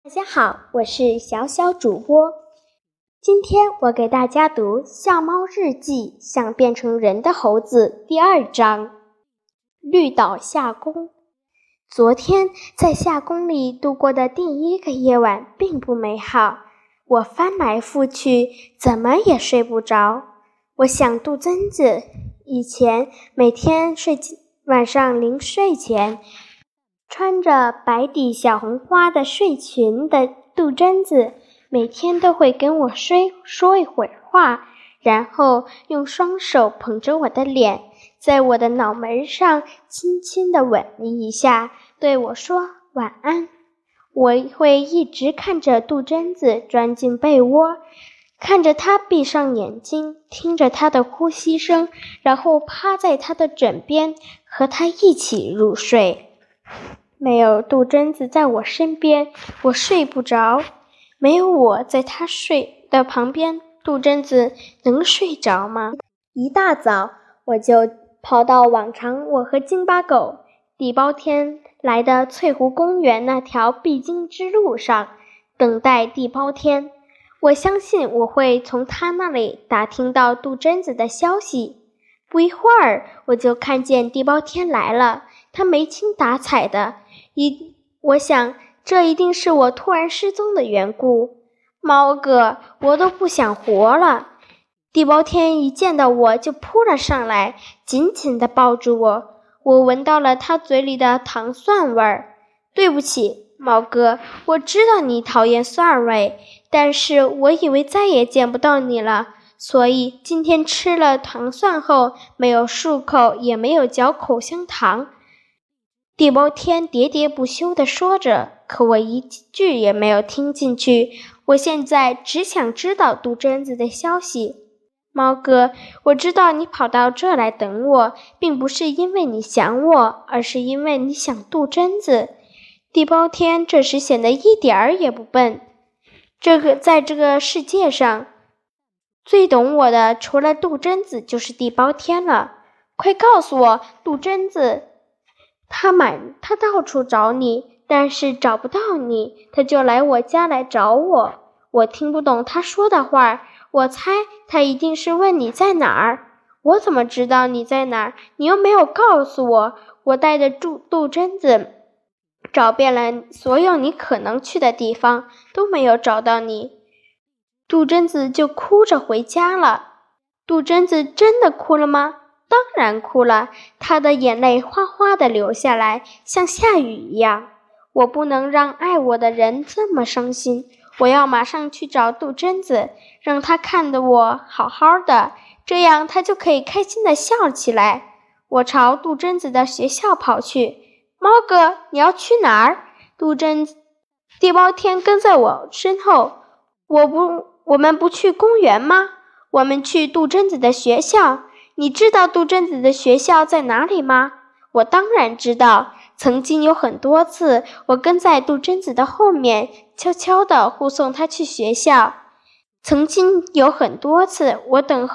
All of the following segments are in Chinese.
大家好，我是小小主播。今天我给大家读《像猫日记：想变成人的猴子》第2章。绿岛夏宫。昨天在夏宫里度过的第1个夜晚并不美好，我翻来覆去，怎么也睡不着。我想杜真子，以前每天晚上临睡前，穿着白底小红花的睡裙的杜真子，每天都会跟我说一会儿话，然后用双手捧着我的脸，在我的脑门上轻轻地吻了一下，对我说晚安。我会一直看着杜真子钻进被窝，看着她闭上眼睛，听着她的呼吸声，然后趴在她的枕边，和她一起入睡。没有杜真子在我身边，我睡不着。没有我在她睡的旁边，杜真子能睡着吗？一大早，我就跑到往常我和京巴狗、地包天来的翠湖公园那条必经之路上，等待地包天。我相信我会从他那里打听到杜真子的消息。不一会儿，我就看见地包天来了，他没精打采的。我想，这一定是我突然失踪的缘故。猫哥，我都不想活了。地包天一见到我就扑了上来，紧紧地抱住我。我闻到了他嘴里的糖蒜味儿。对不起，猫哥，我知道你讨厌蒜味，但是我以为再也见不到你了，所以今天吃了糖蒜后，没有漱口，也没有嚼口香糖。地包天喋喋不休地说着，可我一句也没有听进去。我现在只想知道杜真子的消息。猫哥，我知道你跑到这来等我，并不是因为你想我，而是因为你想杜真子。地包天这时显得一点儿也不笨。在这个世界上，最懂我的除了杜真子就是地包天了。快告诉我，杜真子，他到处找你，但是找不到你，他就来我家来找我。我听不懂他说的话，我猜他一定是问你在哪儿。我怎么知道你在哪儿？你又没有告诉我。我带着杜真子找遍了所有你可能去的地方，都没有找到你。杜真子就哭着回家了。杜真子真的哭了吗？当然哭了，她的眼泪哗哗地流下来，像下雨一样。我不能让爱我的人这么伤心，我要马上去找杜真子，让她看得我好好的，这样她就可以开心地笑起来。我朝杜真子的学校跑去。猫哥，你要去哪儿？地包天跟在我身后。我们不去公园吗？我们去杜真子的学校。你知道杜真子的学校在哪里吗？我当然知道，曾经有很多次，我跟在杜真子的后面，悄悄地护送她去学校。曾经有很多次，我等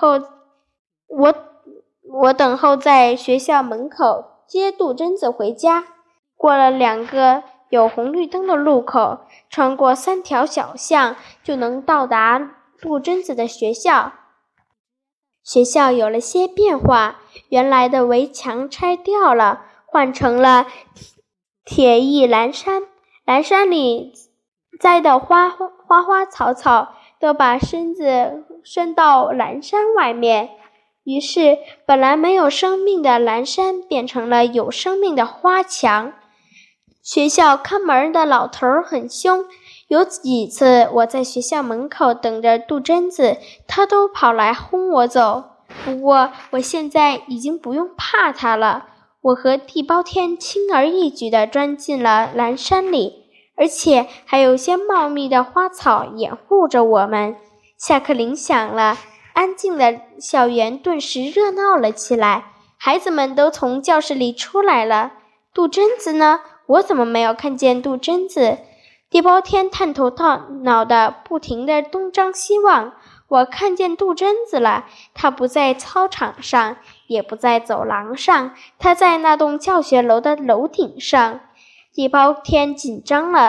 候在学校门口接杜真子回家。过了2个有红绿灯的路口，穿过3条小巷，就能到达杜真子的学校。学校有了些变化，原来的围墙拆掉了，换成了铁艺蓝山。蓝山里栽的花花草草都把身子伸到蓝山外面，于是本来没有生命的蓝山变成了有生命的花墙。学校看门的老头很凶，有几次我在学校门口等着杜真子，他都跑来轰我走。不过我现在已经不用怕他了，我和地包天轻而易举地钻进了蓝山里，而且还有些茂密的花草掩护着我们。下课铃响了，安静的校园顿时热闹了起来，孩子们都从教室里出来了。杜真子呢？我怎么没有看见杜真子？地包天探头探脑的不停地东张西望。我看见杜真子了，她不在操场上，也不在走廊上，她在那栋教学楼的楼顶上。地包天紧张了，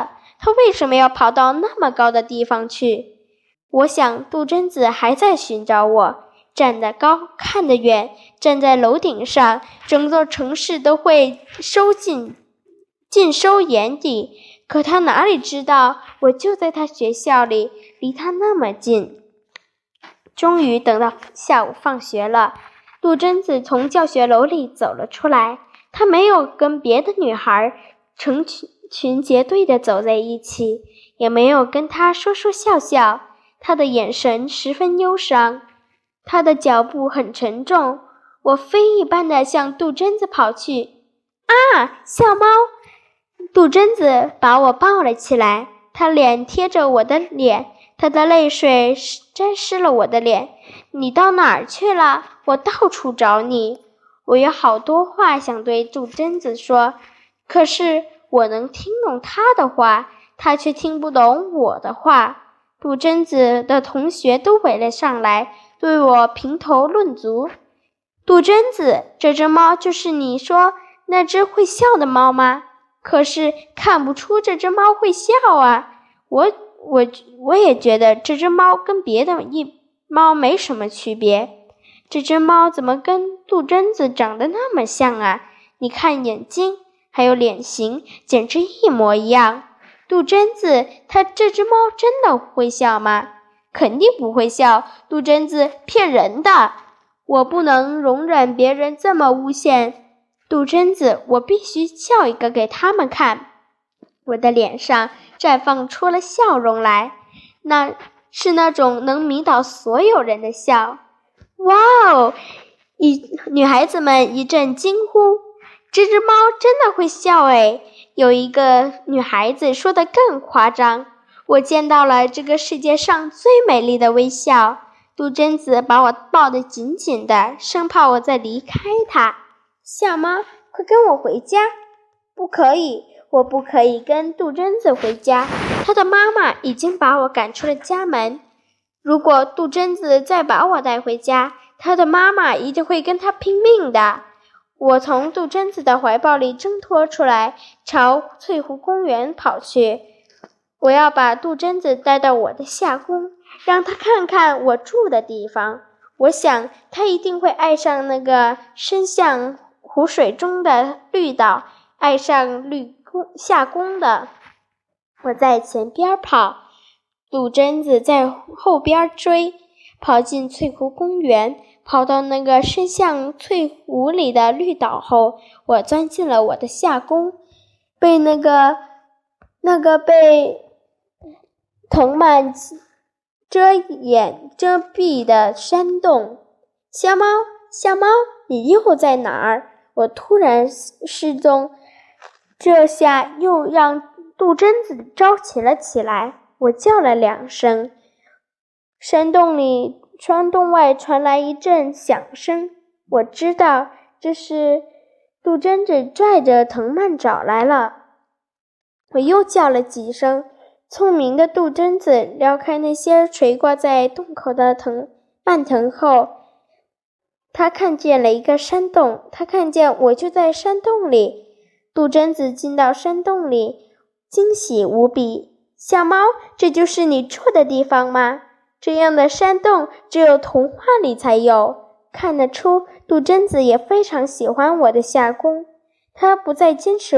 他为什么要跑到那么高的地方去？我想杜真子还在寻找我，站得高，看得远，站在楼顶上，整座城市都会尽收眼底。可他哪里知道，我就在他学校里，离他那么近。终于等到下午放学了，杜真子从教学楼里走了出来。她没有跟别的女孩成群结队地走在一起，也没有跟他说说笑笑。她的眼神十分忧伤，她的脚步很沉重。我飞一般地向杜真子跑去。啊，小猫！杜真子把我抱了起来，她脸贴着我的脸，她的泪水沾湿了我的脸。你到哪儿去了？我到处找你。我有好多话想对杜真子说，可是我能听懂她的话，她却听不懂我的话。杜真子的同学都围了上来，对我评头论足。杜真子，这只猫就是你说那只会笑的猫吗？可是看不出这只猫会笑啊。我也觉得这只猫跟别的猫没什么区别。这只猫怎么跟杜真子长得那么像啊？你看眼睛，还有脸型，简直一模一样。杜真子，这只猫真的会笑吗？肯定不会笑，杜真子骗人的。我不能容忍别人这么诬陷杜真子，我必须笑一个给他们看。我的脸上绽放出了笑容来，那是那种能迷倒所有人的笑。哇哦！女孩子们一阵惊呼，这只猫真的会笑诶。有一个女孩子说得更夸张，我见到了这个世界上最美丽的微笑。杜真子把我抱得紧紧的，生怕我再离开她。小猫，快跟我回家。不可以，我不可以跟杜真子回家，她的妈妈已经把我赶出了家门。如果杜真子再把我带回家，她的妈妈一定会跟她拼命的。我从杜真子的怀抱里挣脱出来，朝翠湖公园跑去。我要把杜真子带到我的夏宫，让她看看我住的地方。我想她一定会爱上那个伸向湖水中的绿岛，爱上夏宫的。我在前边跑，杜真子在后边追，跑进翠湖公园，跑到那个伸向翠湖里的绿岛后，我钻进了我的夏宫，被那个被藤蔓遮蔽的山洞。小猫，小猫，你又在哪儿？我突然失踪，这下又让杜真子着起了起来。我叫了2声，山洞外传来一阵响声。我知道这是杜真子拽着藤蔓找来了。我又叫了几声，聪明的杜真子撩开那些垂挂在洞口的蔓藤后，他看见了一个山洞，他看见我就在山洞里。杜真子进到山洞里，惊喜无比。小猫，这就是你住的地方吗？这样的山洞只有童话里才有。看得出杜真子也非常喜欢我的夏宫，他不再坚持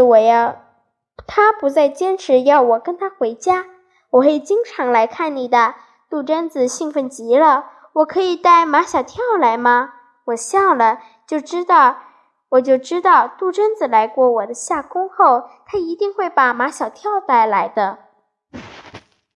要我跟他回家。我会经常来看你的。杜真子兴奋极了。我可以带马小跳来吗？我笑了，我就知道杜真子来过我的夏宫后，他一定会把马小跳带来的。